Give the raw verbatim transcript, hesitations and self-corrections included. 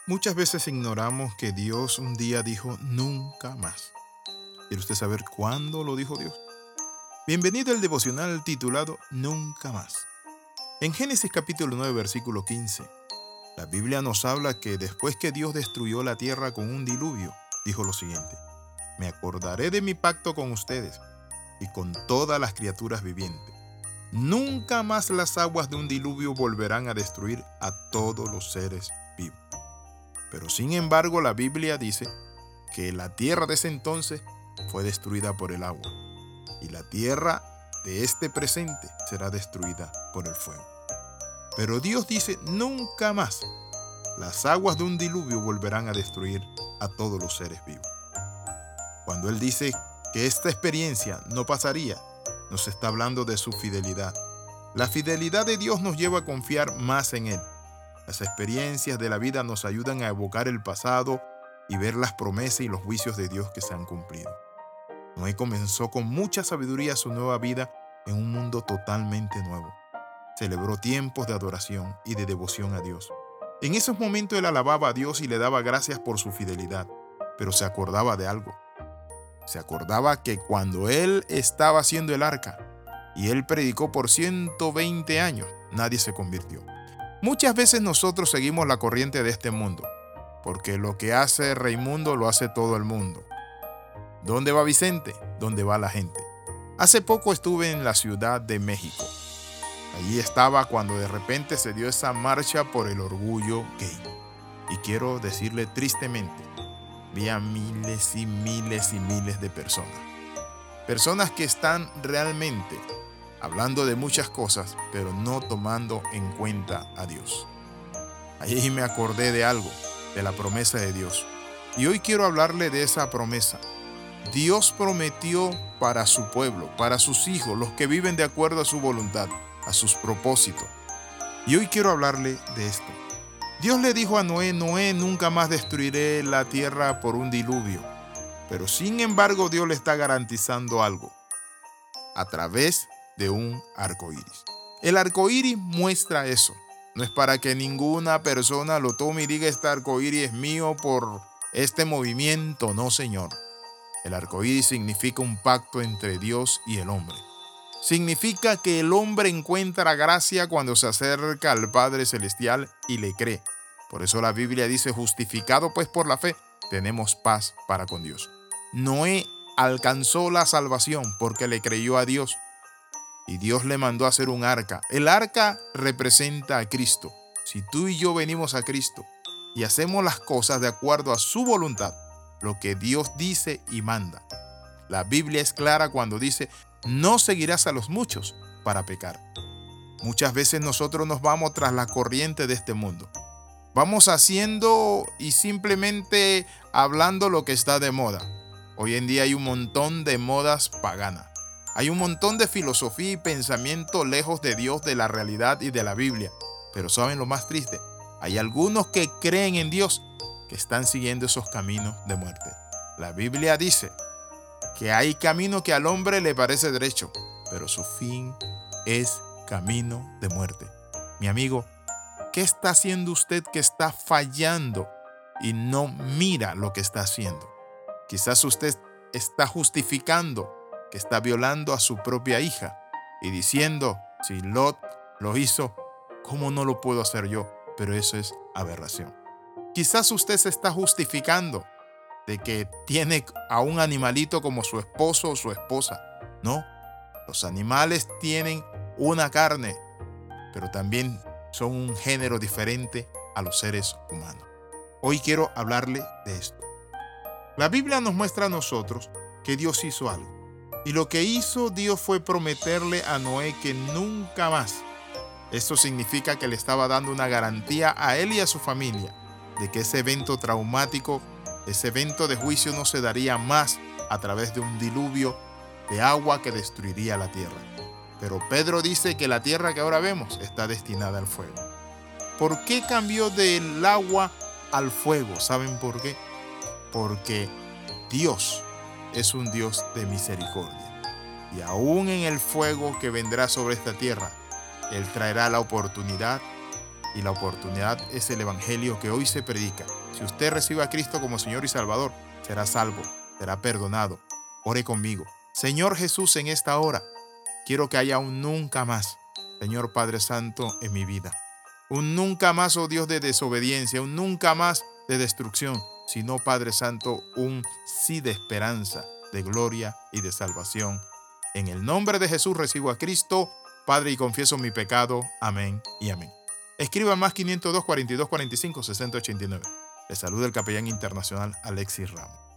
Muchas veces ignoramos que Dios un día dijo nunca más. ¿Quiere usted saber cuándo lo dijo Dios? Bienvenido al devocional titulado Nunca más. En Génesis capítulo nueve versículo quince, la Biblia nos habla que después que Dios destruyó la tierra con un diluvio, dijo lo siguiente: me acordaré de mi pacto con ustedes y con todas las criaturas vivientes. Nunca más las aguas de un diluvio volverán a destruir a todos los seres vivos. Pero sin embargo, la Biblia dice que la tierra de ese entonces fue destruida por el agua, y la tierra de este presente será destruida por el fuego. Pero Dios dice nunca más las aguas de un diluvio volverán a destruir a todos los seres vivos. Cuando Él dice que esta experiencia no pasaría, nos está hablando de su fidelidad. La fidelidad de Dios nos lleva a confiar más en Él. Las experiencias de la vida nos ayudan a evocar el pasado y ver las promesas y los juicios de Dios que se han cumplido. Noé comenzó con mucha sabiduría su nueva vida en un mundo totalmente nuevo. Celebró tiempos de adoración y de devoción a Dios. En esos momentos él alababa a Dios y le daba gracias por su fidelidad, pero se acordaba de algo. Se acordaba que cuando él estaba haciendo el arca y él predicó por ciento veinte años, nadie se convirtió. Muchas veces nosotros seguimos la corriente de este mundo, porque lo que hace Raimundo lo hace todo el mundo. ¿Dónde va Vicente? ¿Dónde va la gente? Hace poco estuve en la Ciudad de México. Allí estaba cuando de repente se dio esa marcha por el orgullo gay. Y quiero decirle tristemente, vi a miles y miles y miles de personas. Personas que están realmente hablando de muchas cosas, pero no tomando en cuenta a Dios. Allí me acordé de algo, de la promesa de Dios. Y hoy quiero hablarle de esa promesa. Dios prometió para su pueblo, para sus hijos, los que viven de acuerdo a su voluntad, a sus propósitos. Y hoy quiero hablarle de esto. Dios le dijo a Noé: Noé, nunca más destruiré la tierra por un diluvio. Pero sin embargo, Dios le está garantizando algo a través de un arco iris. El arco iris muestra eso. No es para que ninguna persona lo tome y diga: este arco iris es mío por este movimiento. No, Señor. El arco iris significa un pacto entre Dios y el hombre. Significa que el hombre encuentra gracia cuando se acerca al Padre Celestial y le cree. Por eso la Biblia dice: justificado pues por la fe, tenemos paz para con Dios. Noé alcanzó la salvación porque le creyó a Dios y Dios le mandó a hacer un arca. El arca representa a Cristo. Si tú y yo venimos a Cristo y hacemos las cosas de acuerdo a su voluntad, lo que Dios dice y manda. La Biblia es clara cuando dice: no seguirás a los muchos para pecar. Muchas veces nosotros nos vamos tras la corriente de este mundo. Vamos haciendo y simplemente hablando lo que está de moda. Hoy en día hay un montón de modas paganas. Hay un montón de filosofía y pensamiento lejos de Dios, de la realidad y de la Biblia. Pero ¿saben lo más triste? Hay algunos que creen en Dios que están siguiendo esos caminos de muerte. La Biblia dice que hay camino que al hombre le parece derecho, pero su fin es camino de muerte. Mi amigo, ¿qué está haciendo usted que está fallando y no mira lo que está haciendo? Quizás usted está justificando que está violando a su propia hija y diciendo: si Lot lo hizo, ¿cómo no lo puedo hacer yo? Pero eso es aberración. Quizás usted se está justificando de que tiene a un animalito como su esposo o su esposa. No, los animales tienen una carne, pero también son un género diferente a los seres humanos. Hoy quiero hablarle de esto. La Biblia nos muestra a nosotros que Dios hizo algo. Y lo que hizo Dios fue prometerle a Noé que nunca más. Esto significa que le estaba dando una garantía a él y a su familia de que ese evento traumático, ese evento de juicio no se daría más a través de un diluvio de agua que destruiría la tierra. Pero Pedro dice que la tierra que ahora vemos está destinada al fuego. ¿Por qué cambió del agua al fuego? ¿Saben por qué? Porque Dios es un Dios de misericordia. Y aún en el fuego que vendrá sobre esta tierra, Él traerá la oportunidad y la oportunidad es el Evangelio que hoy se predica. Si usted recibe a Cristo como Señor y Salvador, será salvo, será perdonado. Ore conmigo. Señor Jesús, en esta hora, quiero que haya un nunca más, Señor Padre Santo, en mi vida. Un nunca más, oh Dios, de desobediencia, un nunca más de destrucción, sino, Padre Santo, un sí de esperanza, de gloria y de salvación. En el nombre de Jesús recibo a Cristo, Padre, y confieso mi pecado. Amén y amén. Escriba más quinientos dos, cuarenta y dos, cuarenta y cinco, sesenta ochenta y nueve. Le saluda el capellán internacional Alexis Ramos.